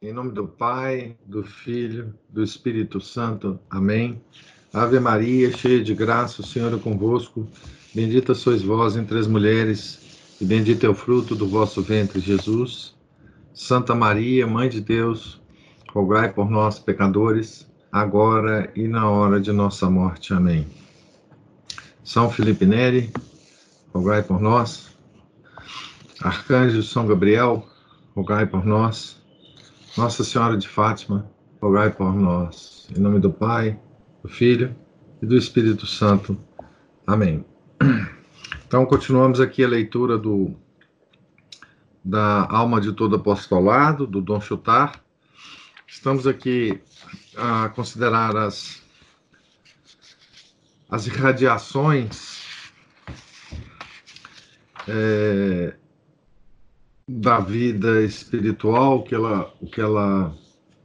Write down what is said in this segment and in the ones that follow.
Em nome do Pai, do Filho, do Espírito Santo. Amém. Ave Maria, cheia de graça, o Senhor é convosco. Bendita sois vós entre as mulheres, e bendito é o fruto do vosso ventre, Jesus. Santa Maria, Mãe de Deus, rogai por nós, pecadores, agora e na hora de nossa morte. Amém. São Felipe Neri, rogai por nós. Arcanjo São Gabriel, rogai por nós. Nossa Senhora de Fátima, rogai por nós. Em nome do Pai, do Filho e do Espírito Santo. Amém. Então, continuamos aqui a leitura da Alma de Todo Apostolado, do Dom Chutar. Estamos aqui a considerar as irradiações da vida espiritual que ela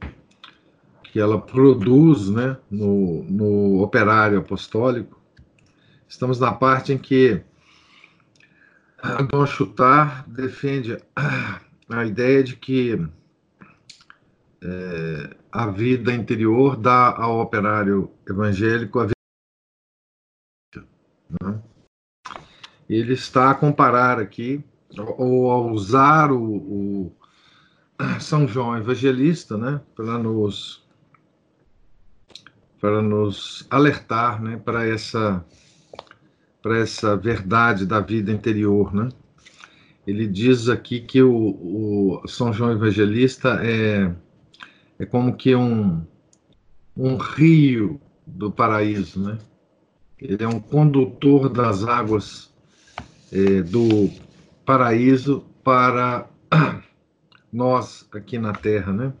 produz, né, no operário apostólico. Estamos na parte em que Dom Chutar defende a ideia de que a vida interior dá ao operário evangélico a vida. Né? Ele está a comparar aqui, ou a usar o São João Evangelista, né, para nos alertar, né, para essa verdade da vida interior, né? Ele diz aqui que o São João Evangelista é como que um rio do paraíso, né? Ele é um condutor das águas do paraíso para nós aqui na Terra, né?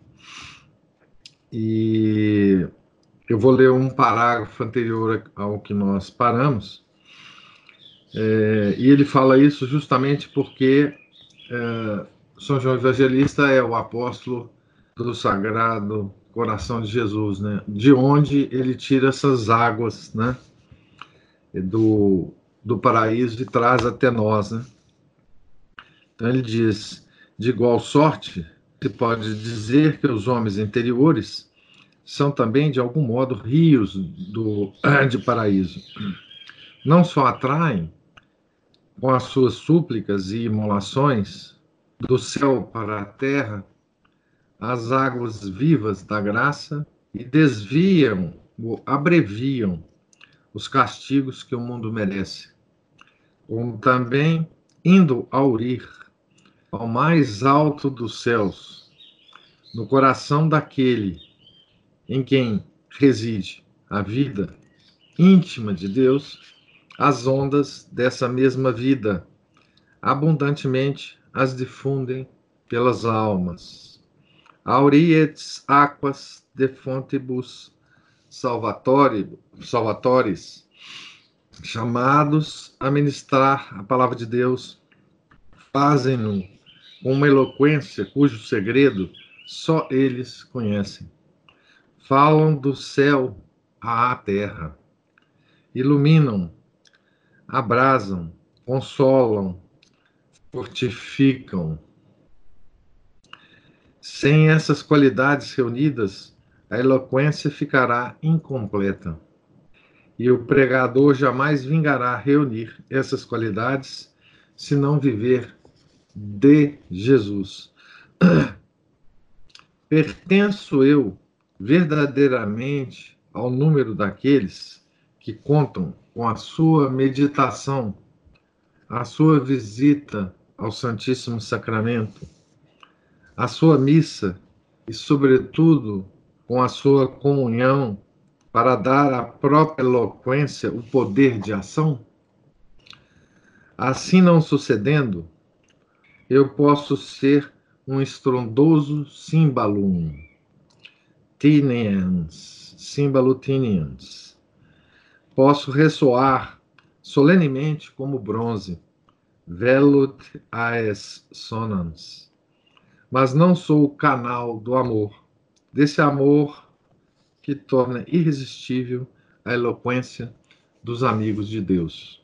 E eu vou ler um parágrafo anterior ao que nós paramos. E ele fala isso justamente porque São João Evangelista é o apóstolo do Sagrado Coração de Jesus, né? De onde ele tira essas águas, né? Do paraíso e traz até nós, né? Então ele diz: de igual sorte, se pode dizer que os homens interiores são também, de algum modo, rios de paraíso. Não só atraem, com as suas súplicas e imolações, do céu para a terra, as águas vivas da graça e desviam ou abreviam os castigos que o mundo merece, como também, indo aurir ao mais alto dos céus, no coração daquele em quem reside a vida íntima de Deus, as ondas dessa mesma vida abundantemente as difundem pelas almas. Auriet aquas de fontibus salvatores, chamados a ministrar a palavra de Deus, fazem-no com uma eloquência cujo segredo só eles conhecem. Falam do céu à terra, iluminam, abrasam, consolam, fortificam. Sem essas qualidades reunidas, a eloquência ficará incompleta. E o pregador jamais vingará reunir essas qualidades se não viver de Jesus. Pertenço eu verdadeiramente ao número daqueles que contam com a sua meditação, a sua visita ao Santíssimo Sacramento, a sua missa e, sobretudo, com a sua comunhão para dar à própria eloquência o poder de ação? Assim não sucedendo, eu posso ser um estrondoso cimbalum, símbolo tinians. Posso ressoar solenemente como bronze, velut aes sonans, mas não sou o canal do amor, desse amor que torna irresistível a eloquência dos amigos de Deus.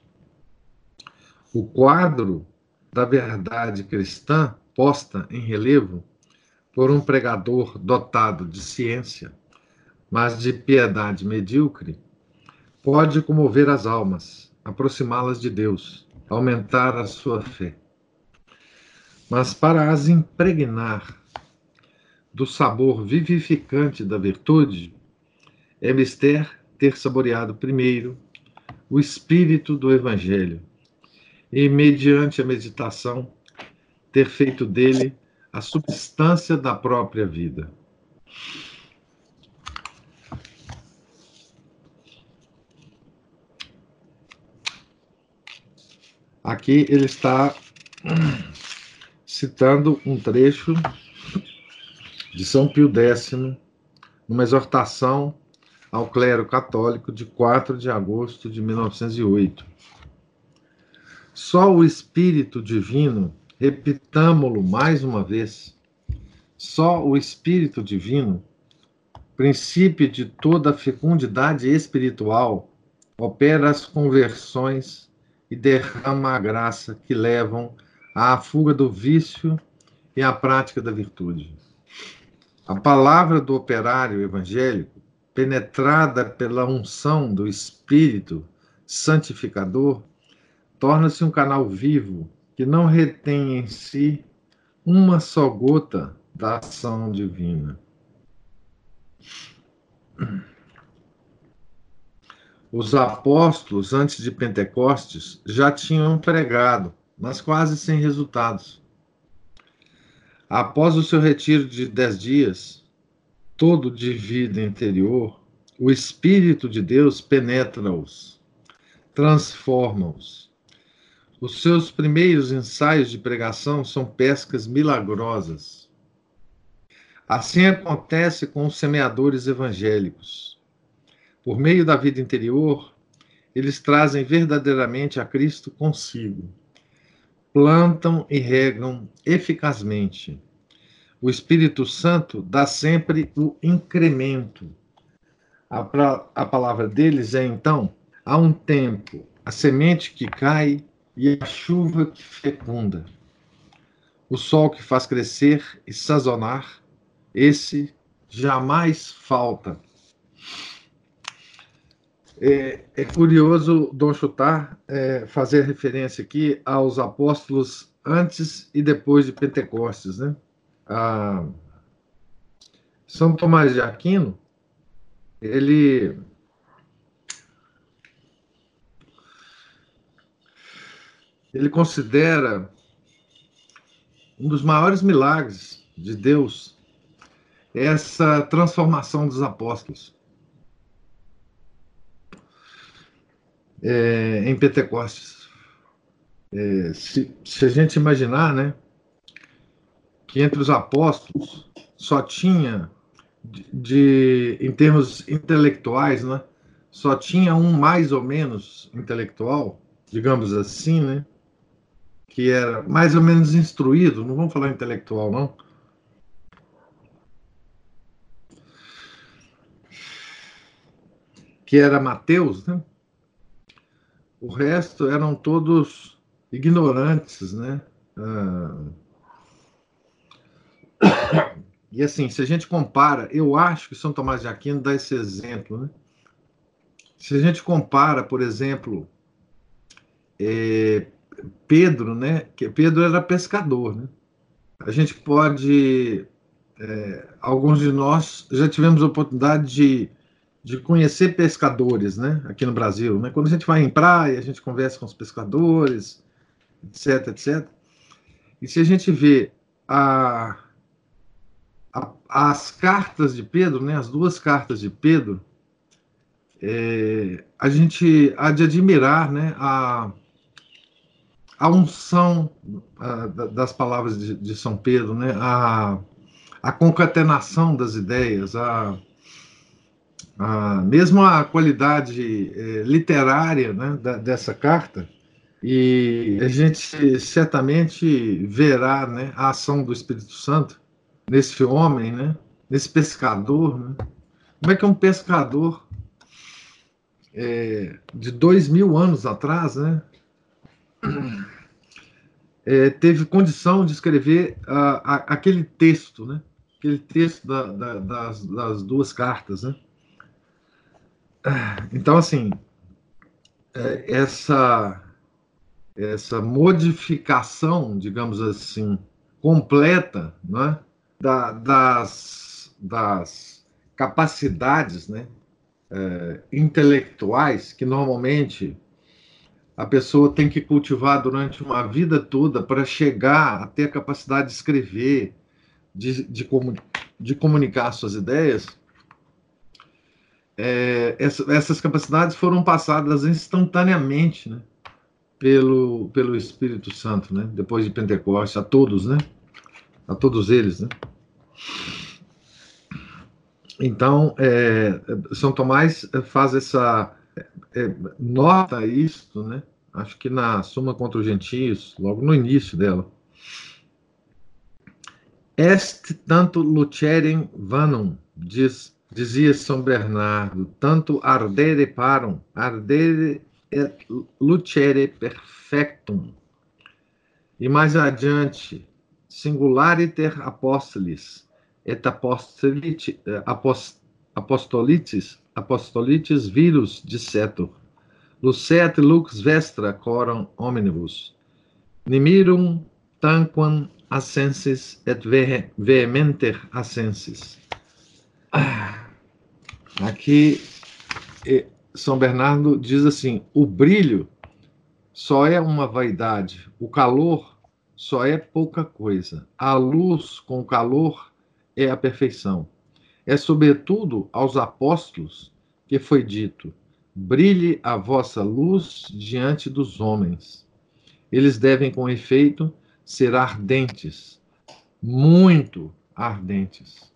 O quadro da verdade cristã posta em relevo por um pregador dotado de ciência, mas de piedade medíocre, pode comover as almas, aproximá-las de Deus, aumentar a sua fé. Mas para as impregnar do sabor vivificante da virtude, é mister ter saboreado primeiro o espírito do Evangelho e, mediante a meditação, ter feito dele a substância da própria vida. Aqui ele está citando um trecho de São Pio X, numa exortação ao clero católico de 4 de agosto de 1908. Só o Espírito Divino, repitamo-lo mais uma vez, só o Espírito Divino, princípio de toda a fecundidade espiritual, opera as conversões e derrama a graça que levam à fuga do vício e à prática da virtude. A palavra do operário evangélico, penetrada pela unção do Espírito santificador, torna-se um canal vivo que não retém em si uma só gota da ação divina. Os apóstolos, antes de Pentecostes, já tinham pregado, mas quase sem resultados. Após o seu retiro de 10 dias, todo de vida interior, o Espírito de Deus penetra-os, transforma-os. Os seus primeiros ensaios de pregação são pescas milagrosas. Assim acontece com os semeadores evangélicos. Por meio da vida interior, eles trazem verdadeiramente a Cristo consigo. Plantam e regam eficazmente. O Espírito Santo dá sempre o incremento. A palavra deles é, então, há um tempo, a semente que cai e a chuva que fecunda. O sol que faz crescer e sazonar, esse jamais falta. É curioso Dom Chutar fazer referência aqui aos apóstolos antes e depois de Pentecostes, né? São Tomás de Aquino, ele considera um dos maiores milagres de Deus essa transformação dos apóstolos em Pentecostes. Se a gente imaginar, né, que entre os apóstolos só tinha, em termos intelectuais, né, só tinha um mais ou menos intelectual, digamos assim, né, que era mais ou menos instruído, não vamos falar intelectual, não, que era Mateus, né? O resto eram todos ignorantes, né? E assim, se a gente compara, eu acho que São Tomás de Aquino dá esse exemplo, né? Se a gente compara, por exemplo, Pedro, né? Que Pedro era pescador, né? A gente pode, alguns de nós já tivemos a oportunidade de conhecer pescadores, né? Aqui no Brasil, né? Quando a gente vai em praia, a gente conversa com os pescadores, etc, etc. E se a gente vê as cartas de Pedro, né, as duas cartas de Pedro, a gente há de admirar, né, a unção das palavras de São Pedro, né, a concatenação das ideias, mesmo a qualidade literária, né, dessa carta, e a gente certamente verá, né, a ação do Espírito Santo nesse homem, né? Nesse pescador, né? Como é que um pescador de 2000 anos atrás, né? Teve condição de escrever aquele texto, né? aquele texto das duas cartas, né? Então, assim, essa modificação, digamos assim, completa, né, das capacidades, né, intelectuais que normalmente a pessoa tem que cultivar durante uma vida toda para chegar a ter a capacidade de escrever, de comunicar suas ideias. Essas capacidades foram passadas instantaneamente, né, pelo Espírito Santo, né, depois de Pentecostes, a todos, né, a todos eles, né. Então, São Tomás faz nota isto, né, acho que na Suma contra os Gentios, logo no início dela. Est tanto lucerem vanum, dizia São Bernardo, tanto ardere parum, ardere et lucere perfectum. E mais adiante, singulariter apostolis et apostolitis virus dissetur, luceat lux vestra coram omnibus, nimirum tanquam ascensis et vehementer ascensis. Aqui, São Bernardo diz assim: o brilho só é uma vaidade, o calor só é pouca coisa, a luz com calor é a perfeição. É sobretudo aos apóstolos que foi dito: brilhe a vossa luz diante dos homens. Eles devem, com efeito, ser ardentes, muito ardentes.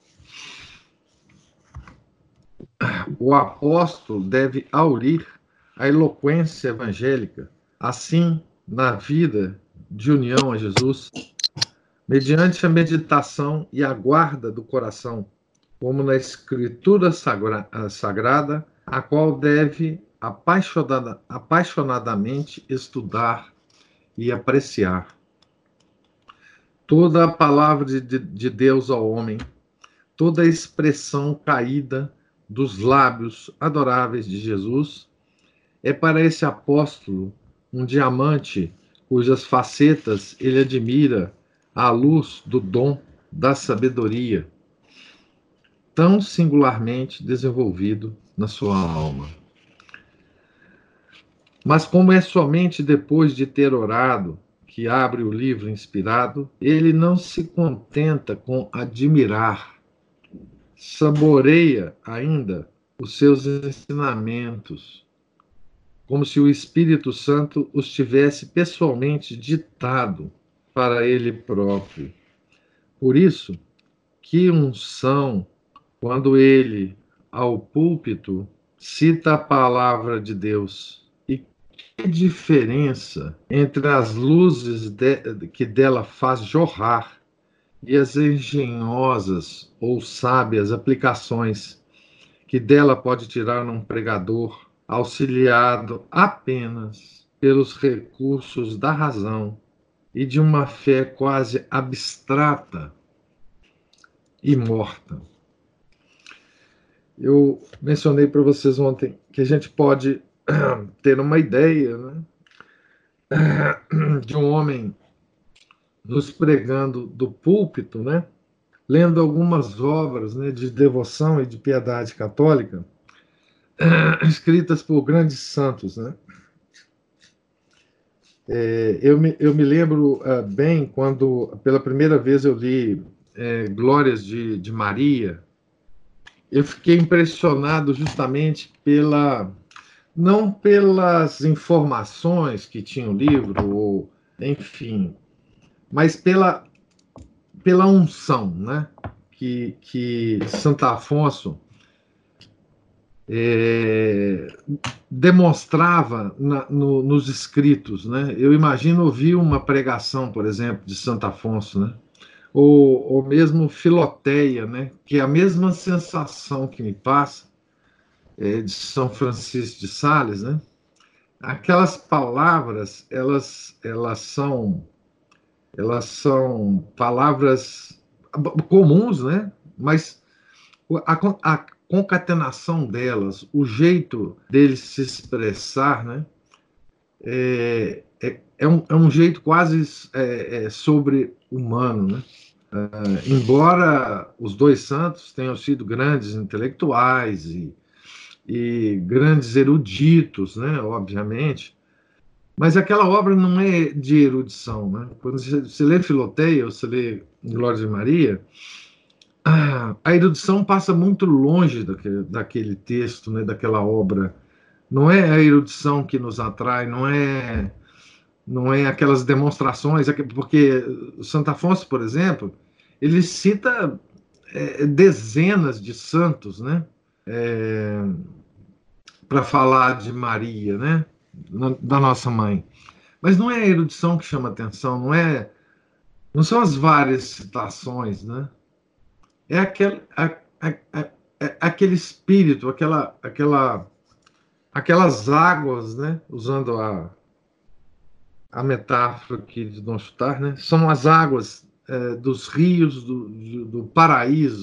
O apóstolo deve aurir a eloquência evangélica, assim, na vida de união a Jesus, mediante a meditação e a guarda do coração, como na Escritura Sagrada, a qual deve apaixonadamente estudar e apreciar. Toda a palavra de Deus ao homem, toda a expressão caída dos lábios adoráveis de Jesus, é para esse apóstolo um diamante cujas facetas ele admira à luz do dom da sabedoria, tão singularmente desenvolvido na sua alma. Mas como é somente depois de ter orado que abre o livro inspirado, ele não se contenta com admirar, saboreia ainda os seus ensinamentos, como se o Espírito Santo os tivesse pessoalmente ditado para ele próprio. Por isso, que unção quando ele, ao púlpito, cita a palavra de Deus. E que diferença entre as luzes que dela faz jorrar e as engenhosas ou sábias aplicações que dela pode tirar um pregador, auxiliado apenas pelos recursos da razão e de uma fé quase abstrata e morta. Eu mencionei para vocês ontem que a gente pode ter uma ideia, né, de um homem nos pregando do púlpito, né, lendo algumas obras, né, de devoção e de piedade católica, escritas por grandes santos, né. Eu me lembro bem quando, pela primeira vez, eu li Glórias de Maria. Eu fiquei impressionado justamente não pelas informações que tinha o livro, ou, enfim, mas pela unção, né, que Santo Afonso demonstrava nos escritos, né? Eu imagino ouvir uma pregação, por exemplo, de Santo Afonso, né? Ou mesmo Filoteia, né? Que é a mesma sensação que me passa de São Francisco de Sales, né? Aquelas palavras, elas são palavras comuns, né? Mas a concatenação delas, o jeito deles se expressar, né? É um jeito quase sobre-humano, né? Embora os dois santos tenham sido grandes intelectuais e grandes eruditos, né? Obviamente, mas aquela obra não é de erudição, né? Quando você lê Filoteia, ou você lê Glória de Maria, a erudição passa muito longe daquele texto, né? Daquela obra. Não é a erudição que nos atrai, não é aquelas demonstrações, porque Santo Afonso, por exemplo, ele cita dezenas de santos, né? Para falar de Maria, né? Da nossa mãe. Mas não é a erudição que chama atenção, não são as várias citações, né? É aquele espírito, aquelas águas, né? Usando a metáfora aqui de Dom Chutar, né? São as águas dos rios do paraíso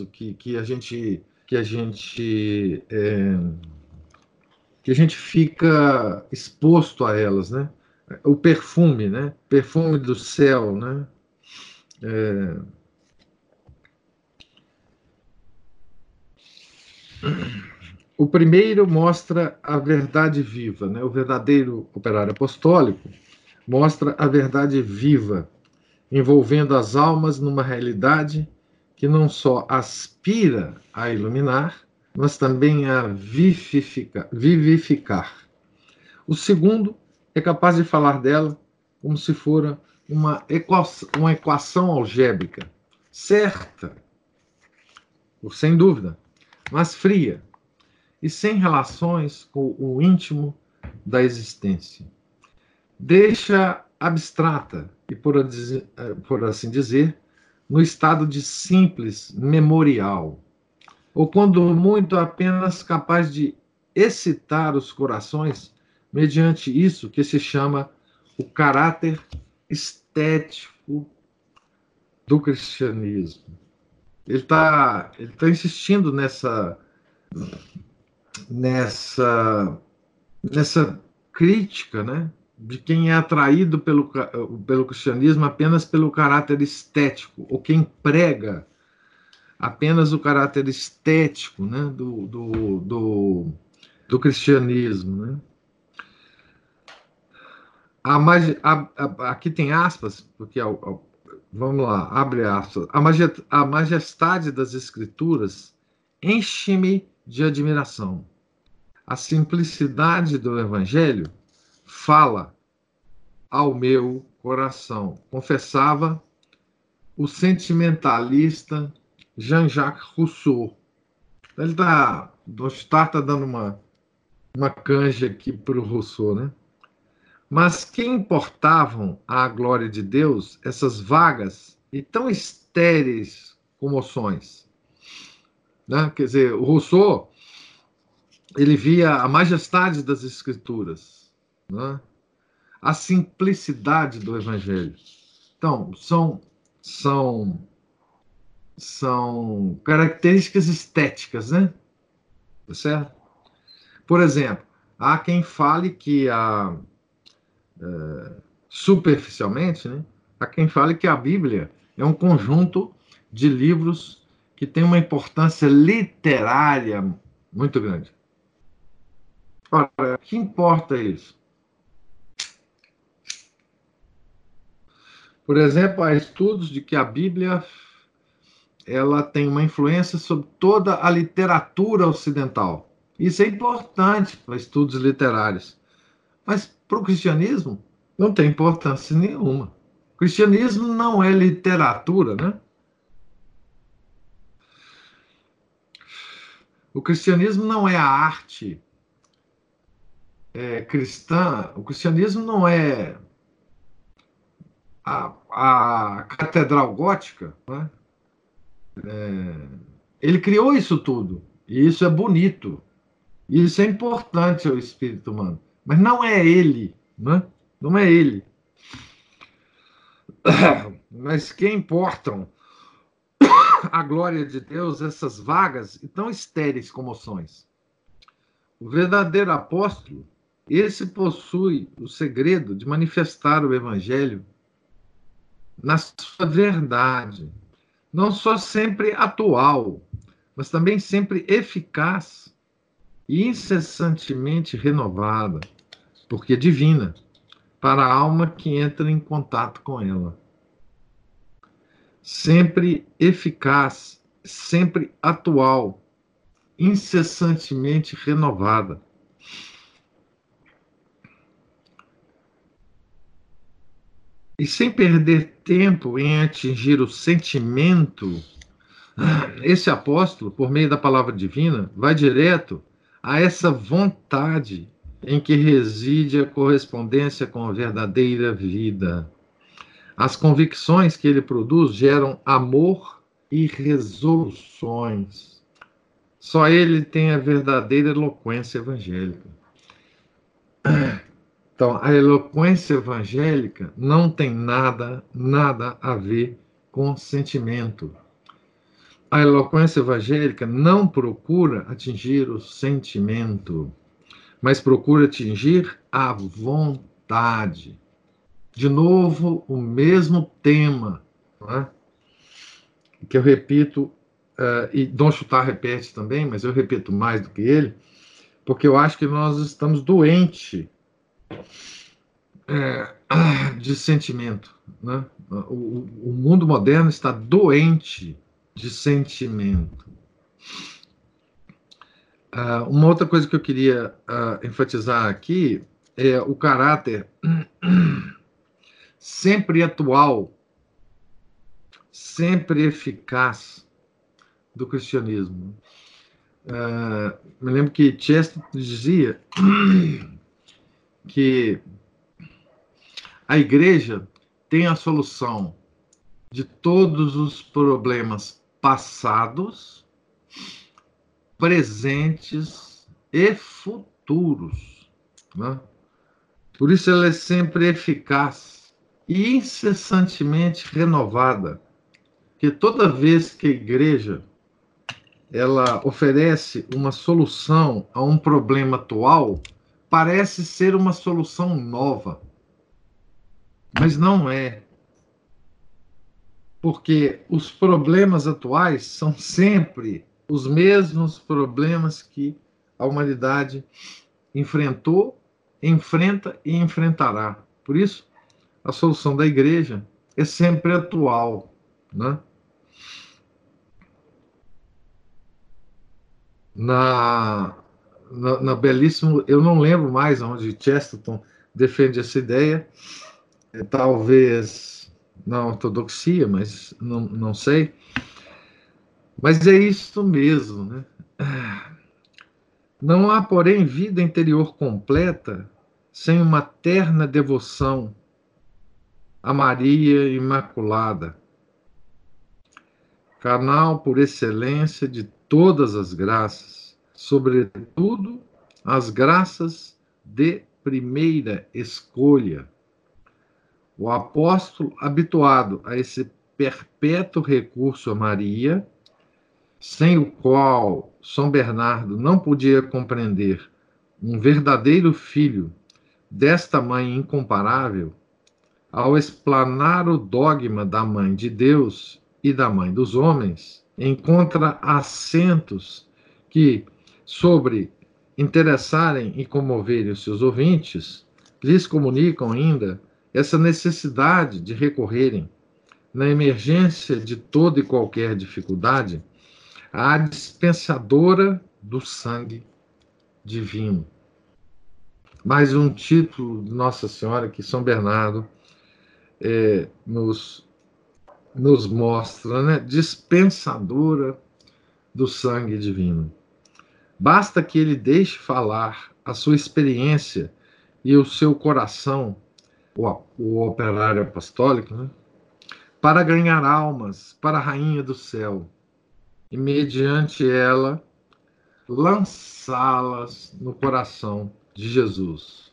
que a gente fica exposto a elas, né? O perfume, né? Perfume do céu, né? O primeiro mostra a verdade viva, né? O verdadeiro operário apostólico mostra a verdade viva, envolvendo as almas numa realidade que não só aspira a iluminar, mas também a vivificar. O segundo é capaz de falar dela como se fora uma equação algébrica, certa, sem dúvida, mas fria, e sem relações com o íntimo da existência. Deixa abstrata e, por assim dizer, no estado de simples memorial, ou quando muito apenas capaz de excitar os corações mediante isso que se chama o caráter estético do cristianismo. Ele tá insistindo nessa crítica, né, de quem é atraído pelo cristianismo apenas pelo caráter estético, ou quem prega apenas o caráter estético, né, do cristianismo. Né. Aqui tem aspas, porque vamos lá, abre aspas. A majestade das Escrituras enche-me de admiração. A simplicidade do Evangelho fala ao meu coração, confessava o sentimentalista Jean-Jacques Rousseau. Ele está dando uma canja aqui para o Rousseau, né? Mas que importavam à glória de Deus essas vagas e tão estéreis comoções? Né? Quer dizer, o Rousseau, ele via a majestade das Escrituras, né? A simplicidade do Evangelho. Então, são características estéticas, né? Tá certo? Por exemplo, há quem fale que superficialmente, né? Há quem fale que a Bíblia é um conjunto de livros que tem uma importância literária muito grande. Ora, o que importa isso? Por exemplo, há estudos de que a Bíblia ela tem uma influência sobre toda a literatura ocidental. Isso é importante para estudos literários. Mas para o cristianismo não tem importância nenhuma. O cristianismo não é literatura, né? O cristianismo não é a arte cristã. O cristianismo não é a catedral gótica, né? Ele criou isso tudo. E isso é bonito. E isso é importante ao espírito humano. Mas não é ele, né? Não é ele. Mas que importam a glória de Deus essas vagas e tão estéreis comoções. O verdadeiro apóstolo, esse possui o segredo de manifestar o evangelho na sua verdade, não só sempre atual, mas também sempre eficaz e incessantemente renovada, porque é divina, para a alma que entra em contato com ela. Sempre eficaz, sempre atual, incessantemente renovada. E sem perder tempo em atingir o sentimento, esse apóstolo, por meio da palavra divina, vai direto a essa vontade em que reside a correspondência com a verdadeira vida. As convicções que ele produz geram amor e resoluções. Só ele tem a verdadeira eloquência evangélica. Então, a eloquência evangélica não tem nada a ver com sentimento. A eloquência evangélica não procura atingir o sentimento, mas procura atingir a vontade. De novo, o mesmo tema, né? Que eu repito, e Dom Chutar repete também, mas eu repito mais do que ele, porque eu acho que nós estamos doentes de sentimento. Né? O mundo moderno está doente de sentimento. Uma outra coisa que eu queria enfatizar aqui é o caráter sempre atual, sempre eficaz do cristianismo. Me lembro que Chesterton dizia que a igreja tem a solução de todos os problemas passados, presentes e futuros. Né? Por isso ela é sempre eficaz e incessantemente renovada. Porque toda vez que a igreja ela oferece uma solução a um problema atual, parece ser uma solução nova. Mas não é. Porque os problemas atuais são sempre os mesmos problemas que a humanidade enfrentou, enfrenta e enfrentará. Por isso, a solução da igreja é sempre atual, né? Na belíssimo, eu não lembro mais onde Chesterton defende essa ideia, talvez na ortodoxia, mas não sei. Mas é isso mesmo, né? Não há, porém, vida interior completa sem uma terna devoção a Maria Imaculada, canal por excelência de todas as graças, sobretudo as graças de primeira escolha. O apóstolo, habituado a esse perpétuo recurso a Maria, sem o qual São Bernardo não podia compreender um verdadeiro filho desta mãe incomparável, ao explanar o dogma da mãe de Deus e da mãe dos homens, encontra acentos que, sobre interessarem e comoverem os seus ouvintes, lhes comunicam ainda essa necessidade de recorrerem, na emergência de toda e qualquer dificuldade, à dispensadora do sangue divino. Mais um título de Nossa Senhora que São Bernardo nos mostra, né? Dispensadora do sangue divino. Basta que ele deixe falar a sua experiência e o seu coração, o operário apostólico, né? Para ganhar almas para a Rainha do Céu e, mediante ela, lançá-las no coração de Jesus.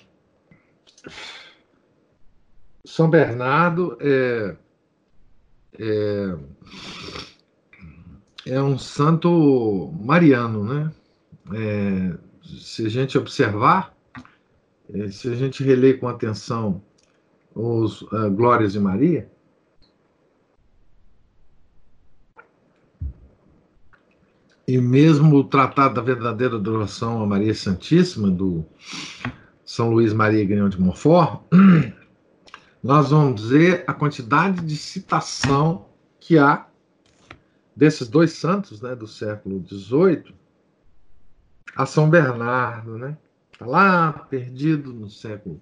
São Bernardo é um santo mariano, né? Se a gente observar, se a gente reler com atenção os Glórias de Maria, e mesmo o Tratado da Verdadeira Adoração a Maria Santíssima, do São Luís Maria Grignion de Montfort, nós vamos ver a quantidade de citação que há desses dois santos, né, do século XVIII, a São Bernardo, né? Está lá perdido no século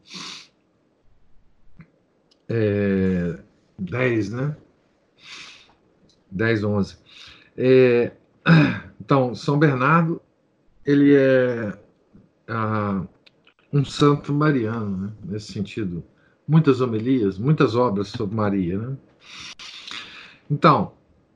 X, né? 10, 11. Então, São Bernardo, ele é um santo mariano, né? Nesse sentido. Muitas homilias, muitas obras sobre Maria, né? Então,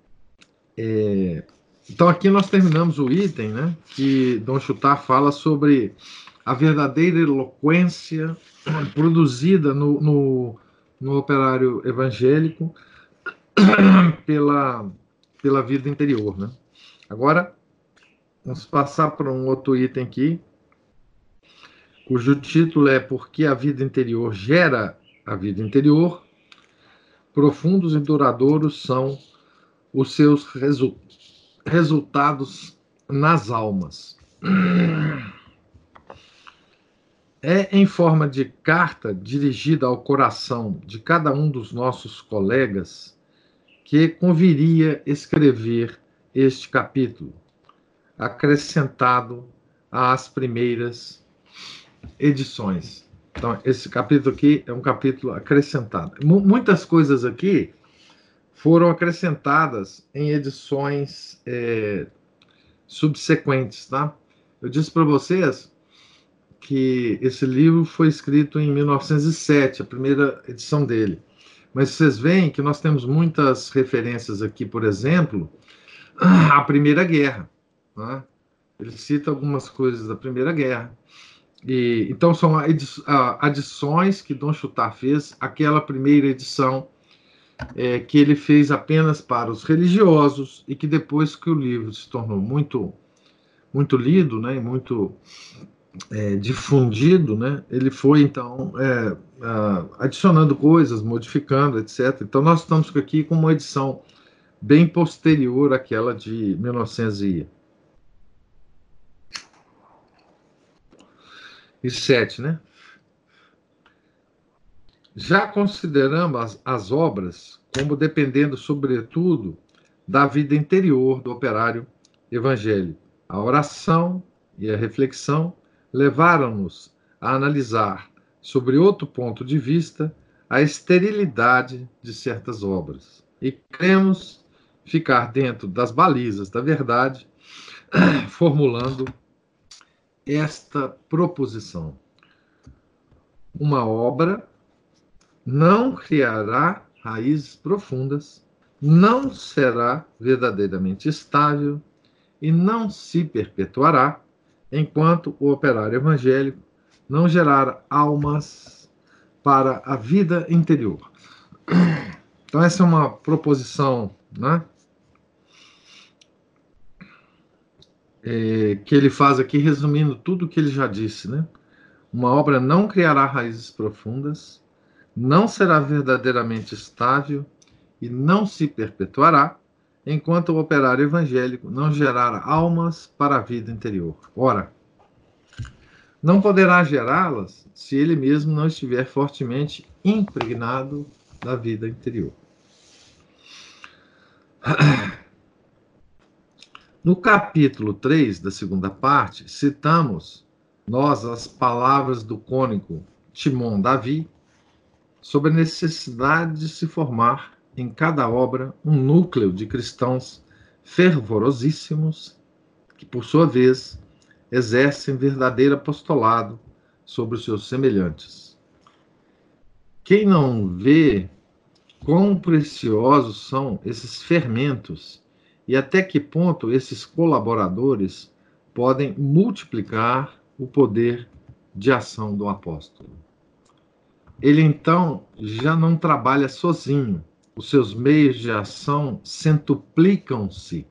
aqui nós terminamos o item, né? Que Dom Chutar fala sobre a verdadeira eloquência produzida no operário evangélico pela vida interior, né? Agora, vamos passar para um outro item aqui, cujo título é Porque a vida interior gera a vida interior, profundos e duradouros são os seus resultados nas almas. É em forma de carta dirigida ao coração de cada um dos nossos colegas que conviria escrever este capítulo, acrescentado às primeiras edições. Então, esse capítulo aqui é um capítulo acrescentado. Muitas coisas aqui foram acrescentadas em edições subsequentes, tá? Eu disse para vocês que esse livro foi escrito em 1907, a primeira edição dele. Mas vocês veem que nós temos muitas referências aqui, por exemplo, à Primeira Guerra, né? Ele cita algumas coisas da Primeira Guerra. Então, são adições que Dom Chutar fez àquela primeira edição, que ele fez apenas para os religiosos, e que depois que o livro se tornou muito, muito lido, né, e muito difundido, né, ele foi, então, adicionando coisas, modificando, etc. Então, nós estamos aqui com uma edição bem posterior àquela de 1907, né? Já consideramos as obras como dependendo, sobretudo, da vida interior do operário evangélico. A oração e a reflexão levaram-nos a analisar, sobre outro ponto de vista, a esterilidade de certas obras. E queremos ficar dentro das balizas da verdade, formulando esta proposição. Uma obra não criará raízes profundas, não será verdadeiramente estável e não se perpetuará enquanto o operário evangélico não gerar almas para a vida interior. Então, essa é uma proposição, né, que ele faz aqui, resumindo tudo o que ele já disse, né? Uma obra não criará raízes profundas, não será verdadeiramente estável e não se perpetuará enquanto o operário evangélico não gerar almas para a vida interior. Ora, não poderá gerá-las se ele mesmo não estiver fortemente impregnado da vida interior. No capítulo 3 da segunda parte, citamos nós as palavras do cônego Timon Davi sobre a necessidade de se formar em cada obra um núcleo de cristãos fervorosíssimos que, por sua vez, exercem verdadeiro apostolado sobre os seus semelhantes. Quem não vê quão preciosos são esses fermentos e até que ponto esses colaboradores podem multiplicar o poder de ação do apóstolo? Ele, então, já não trabalha sozinho. os seus meios de ação centuplicam-se.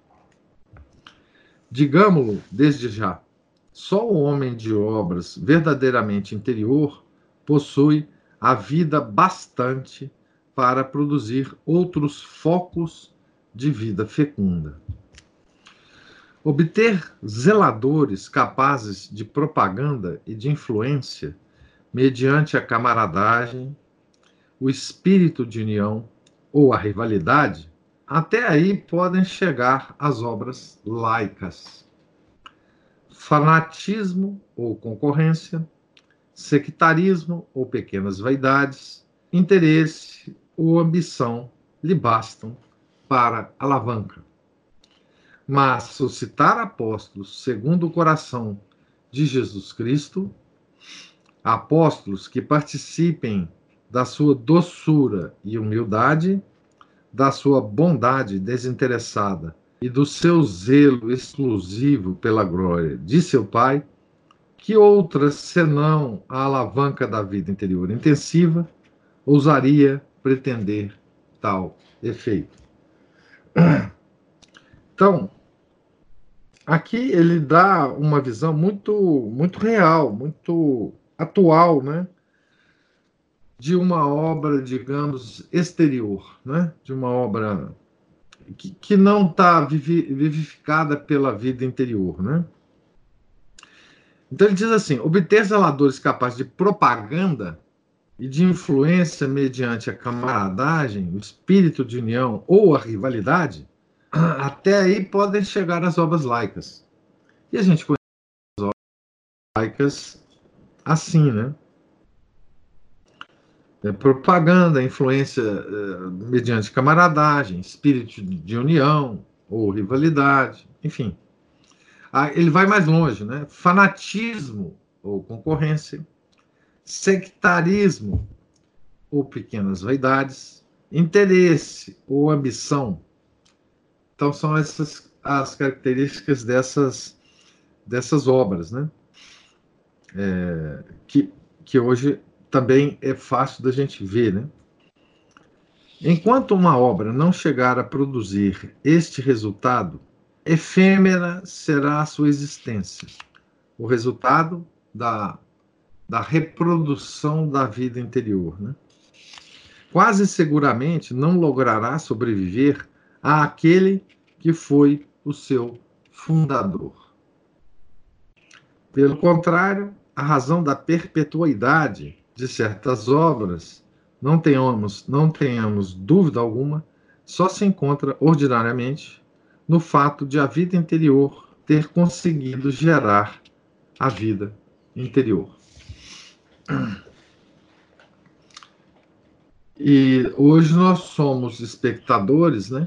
Digamo-lo desde já, só o homem de obras verdadeiramente interior possui a vida bastante para produzir outros focos de vida fecunda. Obter zeladores capazes de propaganda e de influência mediante a camaradagem, o espírito de união ou a rivalidade, até aí podem chegar as obras laicas. Fanatismo ou concorrência, sectarismo ou pequenas vaidades, interesse ou ambição lhe bastam para alavanca. Mas suscitar apóstolos segundo o coração de Jesus Cristo, apóstolos que participem da sua doçura e humildade, da sua bondade desinteressada e do seu zelo exclusivo pela glória de seu Pai, que outras, senão a alavanca da vida interior intensiva, ousaria pretender tal efeito? Então, aqui ele dá uma visão muito real, muito atual, né? De uma obra, digamos, exterior, né? De uma obra que não está vivificada pela vida interior, né? Então ele diz assim: obter zeladores capazes de propaganda e de influência mediante a camaradagem, o espírito de união ou a rivalidade, até aí podem chegar as obras laicas. E a gente conhece as obras laicas assim, né? Propaganda, influência mediante camaradagem, espírito de união ou rivalidade, enfim. Ele vai mais longe, né? Fanatismo ou concorrência, sectarismo ou pequenas vaidades, interesse ou ambição. Então são essas as características dessas obras, né? Que hoje também é fácil da gente ver, né? Enquanto uma obra não chegar a produzir este resultado, efêmera será a sua existência, o resultado da reprodução da vida interior, né? Quase seguramente não logrará sobreviver àquele que foi o seu fundador. Pelo contrário, a razão da perpetuidade de certas obras, não tenhamos dúvida alguma, só se encontra ordinariamente no fato de a vida interior ter conseguido gerar a vida interior. E hoje nós somos espectadores, né?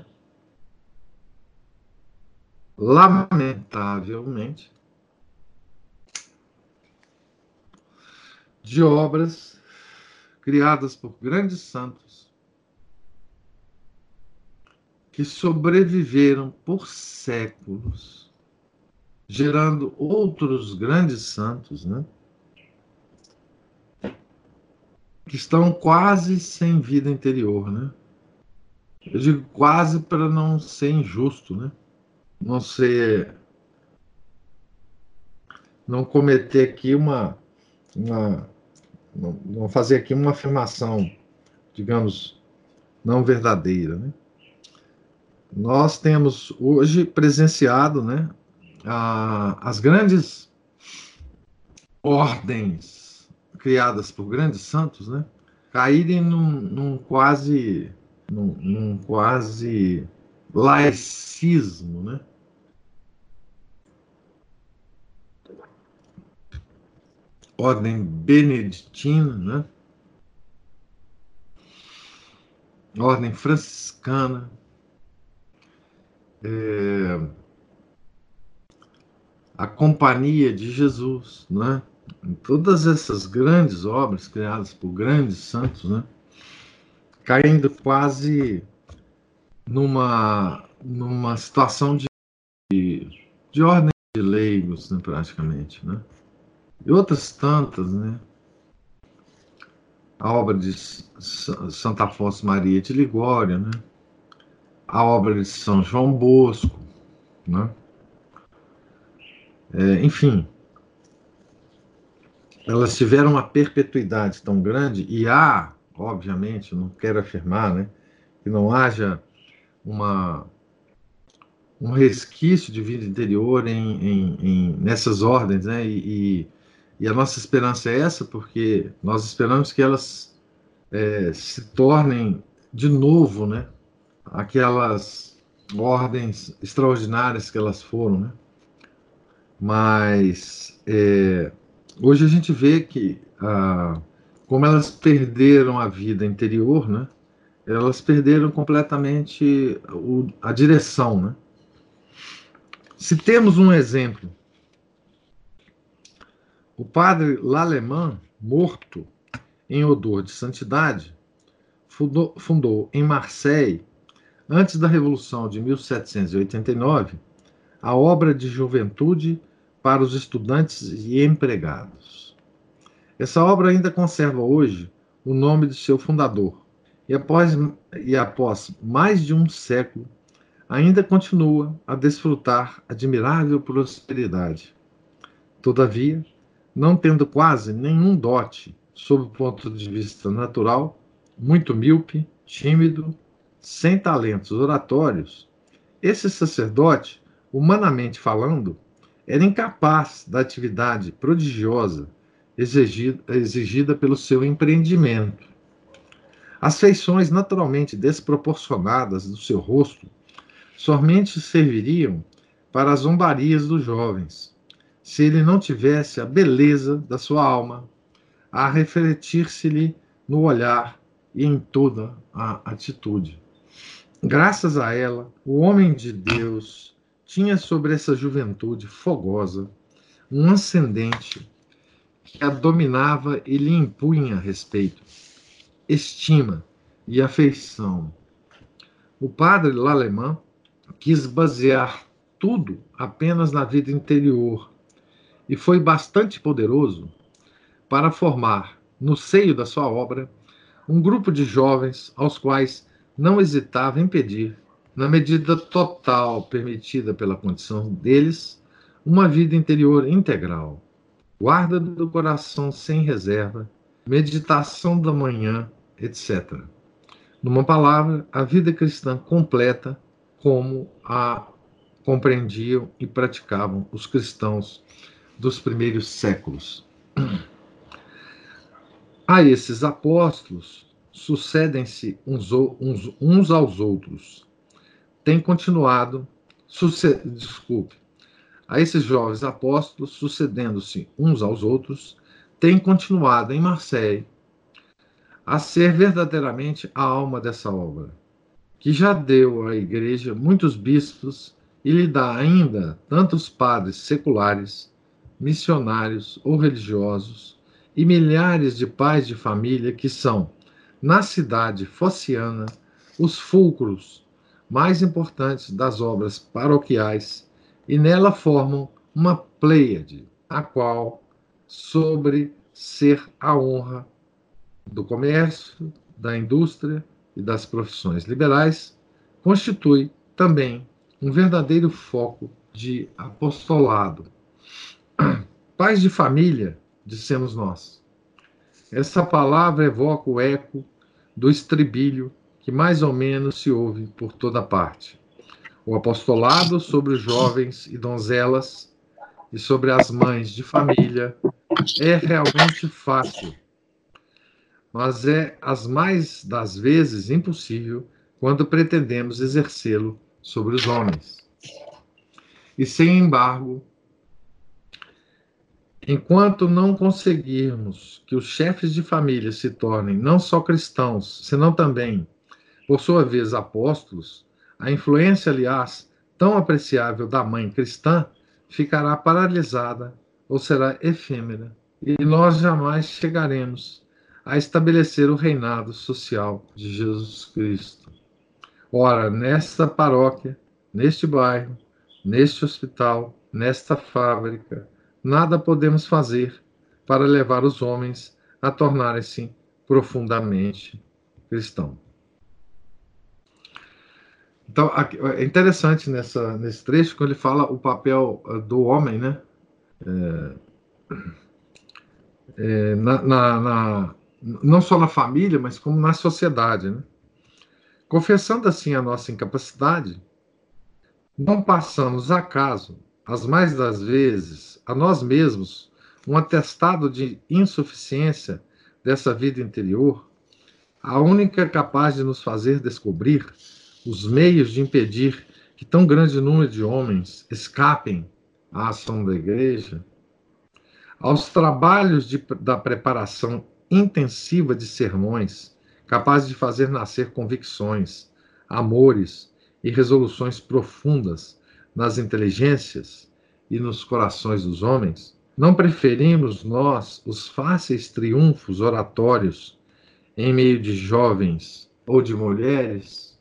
Lamentavelmente, de obras criadas por grandes santos que sobreviveram por séculos, gerando outros grandes santos, né? Que estão quase sem vida interior, né? Eu digo quase para não ser injusto, né? Não cometer aqui não fazer aqui uma afirmação, digamos, não verdadeira, né? Nós temos hoje presenciado, né, as grandes ordens criadas por grandes santos, né, caírem num quase laicismo, né? Ordem beneditina, né? Ordem franciscana, a Companhia de Jesus, né? Todas essas grandes obras criadas por grandes santos, né? Caindo quase numa situação de ordem de leigos, né, praticamente, né? E outras tantas, né? a obra de Santa Afonso Maria de Ligório, né? A obra de São João Bosco, né? Enfim, elas tiveram uma perpetuidade tão grande, e há, obviamente, não quero afirmar, né, que não haja uma, um resquício de vida interior nessas ordens, né, e a nossa esperança é essa, porque nós esperamos que elas se tornem de novo, né, aquelas ordens extraordinárias que elas foram, né, mas hoje a gente vê que como elas perderam a vida interior, né? Elas perderam completamente a direção, né? Se temos um exemplo, o padre Lallemand, morto em odor de santidade, fundou em Marseille, antes da Revolução de 1789, a obra de juventude para os estudantes e empregados. Essa obra ainda conserva hoje o nome de seu fundador, e após mais de um século, ainda continua a desfrutar admirável prosperidade. Todavia, não tendo quase nenhum dote sob o ponto de vista natural, muito míope, tímido, sem talentos oratórios, esse sacerdote, humanamente falando, era incapaz da atividade prodigiosa exigida pelo seu empreendimento. As feições naturalmente desproporcionadas do seu rosto somente serviriam para as zombarias dos jovens, se ele não tivesse a beleza da sua alma a refletir-se-lhe no olhar e em toda a atitude. Graças a ela, o homem de Deus tinha sobre essa juventude fogosa um ascendente que a dominava e lhe impunha respeito, estima e afeição. O padre Lallemand quis basear tudo apenas na vida interior e foi bastante poderoso para formar, no seio da sua obra, um grupo de jovens aos quais não hesitava em pedir, na medida total permitida pela condição deles, uma vida interior integral, guarda do coração sem reserva, meditação da manhã, etc. Numa palavra, a vida cristã completa, como a compreendiam e praticavam os cristãos dos primeiros séculos. A esses apóstolos sucedem-se uns aos outros. Tem continuado, desculpe, a esses jovens apóstolos, sucedendo-se uns aos outros, tem continuado em Marseille a ser verdadeiramente a alma dessa obra, que já deu à Igreja muitos bispos e lhe dá ainda tantos padres seculares, missionários ou religiosos, e milhares de pais de família que são, na cidade fossiana, os fulcros mais importantes das obras paroquiais e nela formam uma pleiade, a qual, sobre ser a honra do comércio, da indústria e das profissões liberais, constitui também um verdadeiro foco de apostolado. Pais de família, dissemos nós. Essa palavra evoca o eco do estribilho que mais ou menos se ouve por toda parte. O apostolado sobre os jovens e donzelas e sobre as mães de família é realmente fácil, mas é as mais das vezes impossível quando pretendemos exercê-lo sobre os homens. E sem embargo, enquanto não conseguirmos que os chefes de família se tornem não só cristãos, senão também, por sua vez, apóstolos, a influência, aliás, tão apreciável da mãe cristã ficará paralisada ou será efêmera, e nós jamais chegaremos a estabelecer o reinado social de Jesus Cristo. Ora, nesta paróquia, neste bairro, neste hospital, nesta fábrica, nada podemos fazer para levar os homens a tornarem-se profundamente cristão. Então, é interessante nesse trecho, quando ele fala o papel do homem, né? Não só na família, mas como na sociedade, né? Confessando assim a nossa incapacidade, não passamos acaso, as mais das vezes, a nós mesmos, um atestado de insuficiência dessa vida interior, a única capaz de nos fazer descobrir os meios de impedir que tão grande número de homens escapem à ação da igreja, aos trabalhos da preparação intensiva de sermões, capazes de fazer nascer convicções, amores e resoluções profundas nas inteligências e nos corações dos homens, não preferimos nós os fáceis triunfos oratórios em meio de jovens ou de mulheres?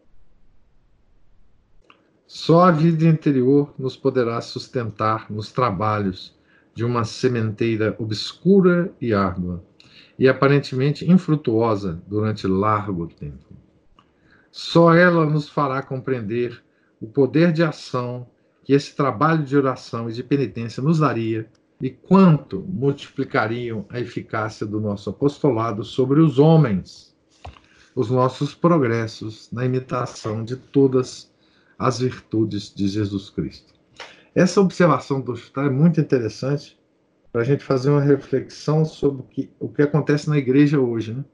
Só a vida interior nos poderá sustentar nos trabalhos de uma sementeira obscura e árdua, e aparentemente infrutuosa durante largo tempo. Só ela nos fará compreender o poder de ação que esse trabalho de oração e de penitência nos daria e quanto multiplicariam a eficácia do nosso apostolado sobre os homens, os nossos progressos na imitação de todas as virtudes de Jesus Cristo. Essa observação do Chutar é muito interessante para a gente fazer uma reflexão sobre o que acontece na igreja hoje, né?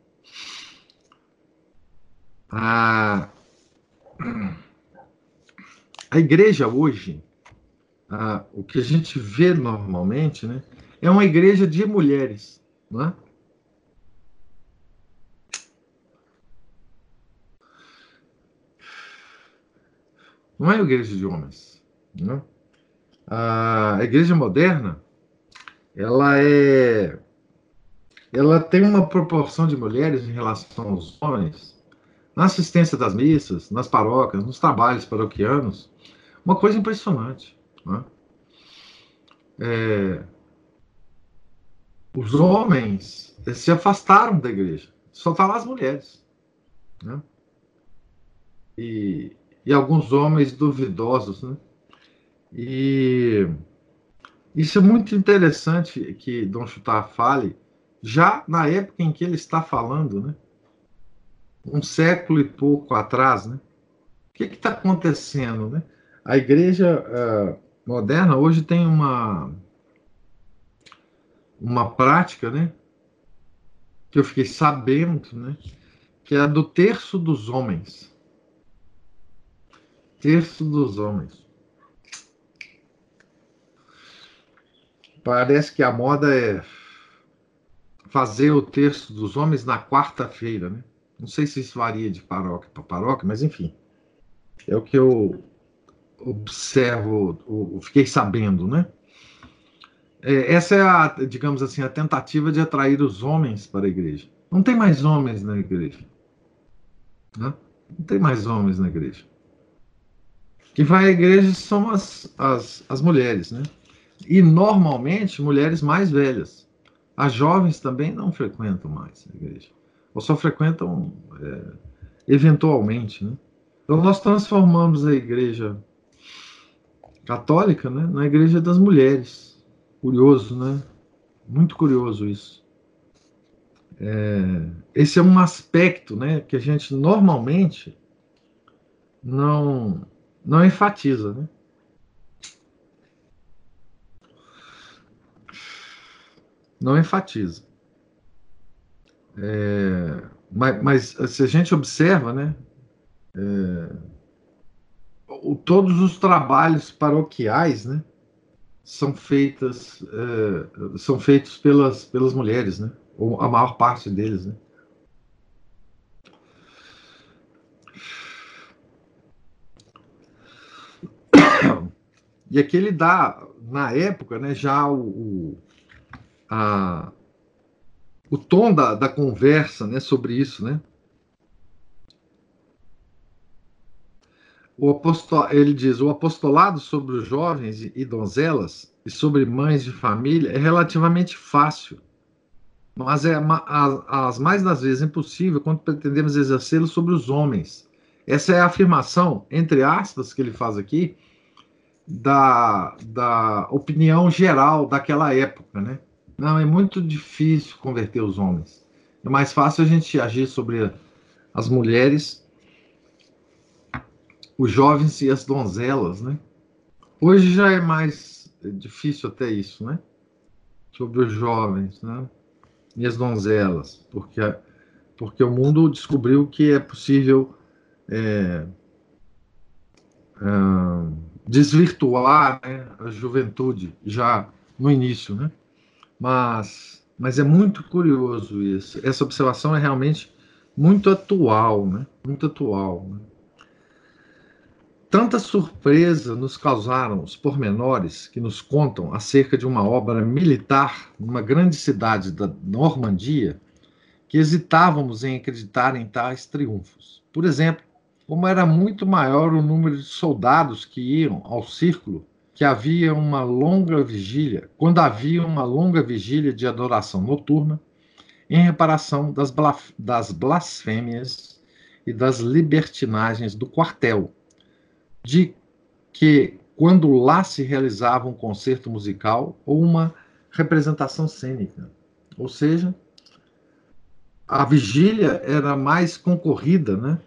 A igreja hoje, o que a gente vê normalmente, né, é uma igreja de mulheres, não é? Não é uma igreja de homens, não é? A igreja moderna, ela tem uma proporção de mulheres em relação aos homens na assistência das missas, nas paróquias, nos trabalhos paroquianos, uma coisa impressionante, né? Os homens se afastaram da igreja, só estão lá as mulheres, né? E alguns homens duvidosos, né? E isso é muito interessante que Dom Chutar fale, já na época em que ele está falando, né? Um século e pouco atrás, né? O que está acontecendo, né? A igreja moderna hoje tem uma prática, né? Que eu fiquei sabendo, né? Que é a do terço dos homens. Terço dos homens. Parece que a moda é fazer o terço dos homens na quarta-feira, né? Não sei se isso varia de paróquia para paróquia, mas enfim. É o que eu observo, fiquei sabendo, né? Essa é digamos assim, a tentativa de atrair os homens para a igreja. Não tem mais homens na igreja, né? Não tem mais homens na igreja. Quem vai à igreja são as mulheres, né? E normalmente mulheres mais velhas. As jovens também não frequentam mais a igreja, ou só frequentam eventualmente, né? Então nós transformamos a igreja católica, né, na igreja das mulheres. Curioso, né? Muito curioso isso. Esse é um aspecto, né, que a gente normalmente não enfatiza, né? Não enfatiza. Mas se a gente observa, né, todos os trabalhos paroquiais, né, são feitos pelas mulheres, né? Ou a maior parte deles, né? E aqui ele dá, na época, né, já o tom da conversa, né, sobre isso, né? Ele diz: o apostolado sobre os jovens e donzelas e sobre mães de família é relativamente fácil, mas é as mais das vezes impossível quando pretendemos exercê-lo sobre os homens. Essa é a afirmação, entre aspas, que ele faz aqui, da opinião geral daquela época, né? Não, é muito difícil converter os homens. É mais fácil a gente agir sobre as mulheres, os jovens e as donzelas, né? Hoje já é mais difícil até isso, né? Sobre os jovens, né? E as donzelas, porque o mundo descobriu que é possível desvirtuar, né, a juventude já no início, né? Mas é muito curioso isso. Essa observação é realmente muito atual, né? Muito atual. Né? Tanta surpresa nos causaram os pormenores que nos contam acerca de uma obra militar numa grande cidade da Normandia que hesitávamos em acreditar em tais triunfos. Por exemplo, como era muito maior o número de soldados que iam ao círculo, que havia uma longa vigília, quando havia uma longa vigília de adoração noturna, em reparação das blasfêmias e das libertinagens do quartel, de que quando lá se realizava um concerto musical ou uma representação cênica. Ou seja, a vigília era mais concorrida, né,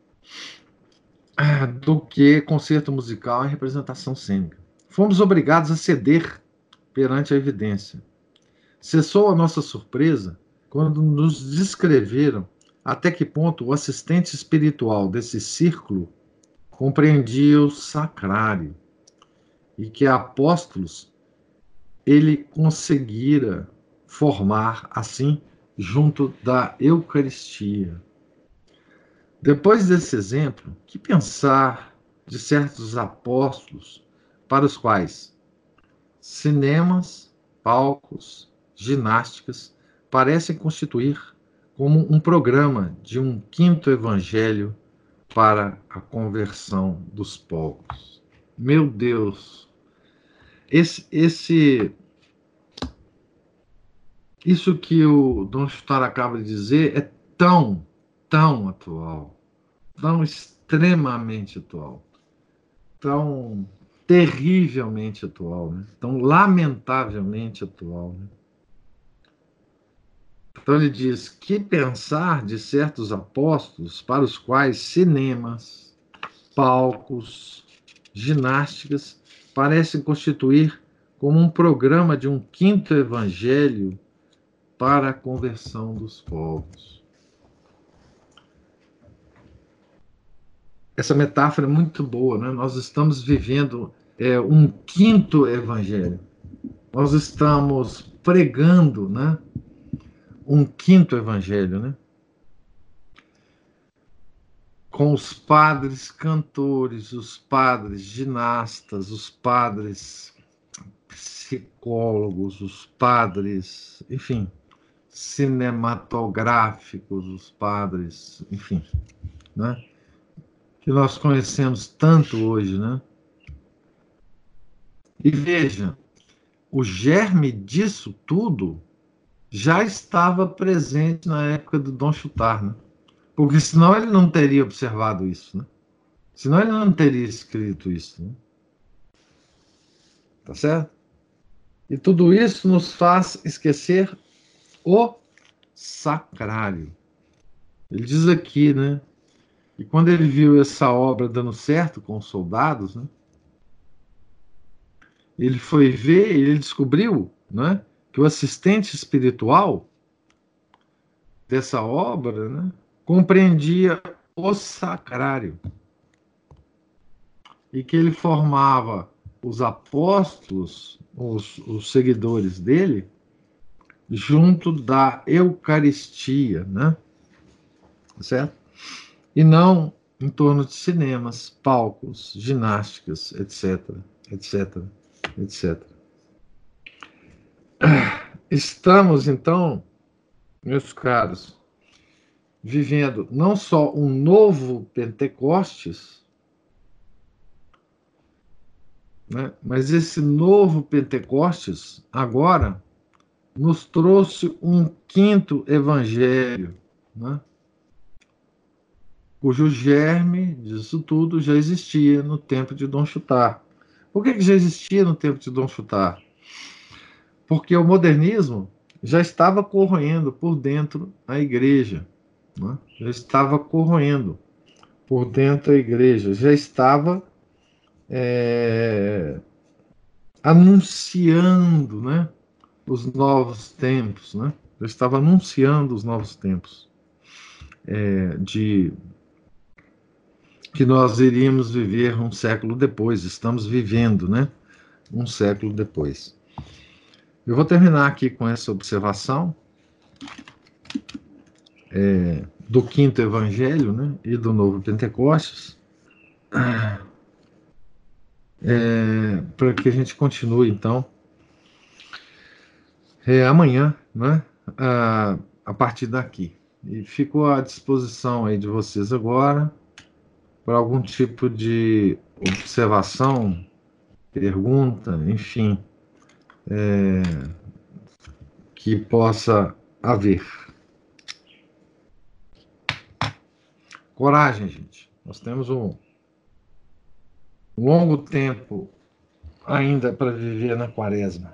do que concerto musical e representação cênica. Fomos obrigados a ceder perante a evidência. Cessou a nossa surpresa quando nos descreveram até que ponto o assistente espiritual desse círculo compreendia o sacrário e que apóstolos ele conseguira formar assim junto da Eucaristia. Depois desse exemplo, que pensar de certos apóstolos para os quais cinemas, palcos, ginásticas parecem constituir como um programa de um quinto evangelho para a conversão dos povos? Meu Deus, esse isso que o Dom Chutar acaba de dizer é tão atual, tão extremamente atual, tão terrivelmente atual, né? Tão lamentavelmente atual. Né? Então ele diz: que pensar de certos apóstolos para os quais cinemas, palcos, ginásticas parecem constituir como um programa de um quinto evangelho para a conversão dos povos. Essa metáfora é muito boa, né? Nós estamos vivendo um quinto evangelho. Nós estamos pregando, né? Um quinto evangelho, né? Com os padres cantores, os padres ginastas, os padres psicólogos, os padres, enfim, cinematográficos, os padres, enfim, né? Que nós conhecemos tanto hoje, né? E veja, o germe disso tudo já estava presente na época do Dom Chutar, né? Porque senão ele não teria observado isso, né? Senão ele não teria escrito isso, né? Tá certo? E tudo isso nos faz esquecer o sacrário. Ele diz aqui, né? E quando ele viu essa obra dando certo com os soldados, né? Ele foi ver e ele descobriu, né? Que o assistente espiritual dessa obra, né? Compreendia o sacrário e que ele formava os apóstolos, os seguidores dele, junto da Eucaristia, né? Certo? E não em torno de cinemas, palcos, ginásticas, etc, etc, etc. Estamos, então, meus caros, vivendo não só um novo Pentecostes, né, mas esse novo Pentecostes agora nos trouxe um quinto evangelho, né? Cujo germe disso tudo já existia no tempo de Dom Chutar. Por que já existia no tempo de Dom Chutar? Porque o modernismo já estava corroendo por dentro a igreja, né? Já estava corroendo por dentro a igreja, já estava anunciando, né, os novos tempos, né? Já estava anunciando os novos tempos, de que nós iríamos viver um século depois, estamos vivendo, né, um século depois. Eu vou terminar aqui com essa observação do quinto evangelho, né, e do novo Pentecostes, para que a gente continue, então, amanhã, né, a partir daqui. E fico à disposição aí de vocês agora para algum tipo de observação, pergunta, enfim, que possa haver. Coragem, gente. Nós temos um longo tempo ainda para viver na quaresma.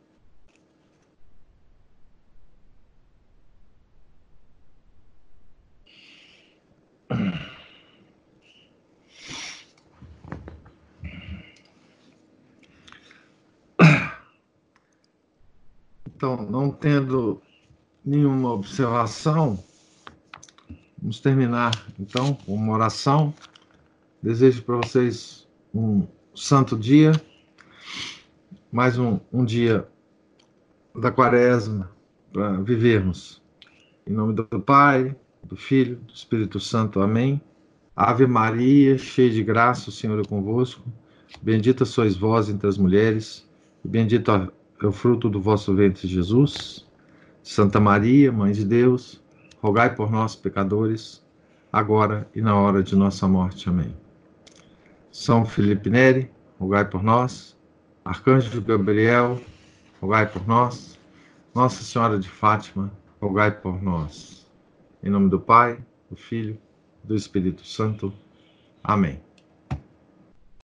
Então, não tendo nenhuma observação, vamos terminar então com uma oração. Desejo para vocês um santo dia, mais um dia da quaresma para vivermos. Em nome do Pai, do Filho, do Espírito Santo. Amém. Ave Maria, cheia de graça, o Senhor é convosco. Bendita sois vós entre as mulheres, e bendito é o fruto do vosso ventre, Jesus. Santa Maria, Mãe de Deus, rogai por nós, pecadores, agora e na hora de nossa morte. Amém. São Felipe Neri, rogai por nós. Arcanjo Gabriel, rogai por nós. Nossa Senhora de Fátima, rogai por nós. Em nome do Pai, do Filho, do Espírito Santo. Amém.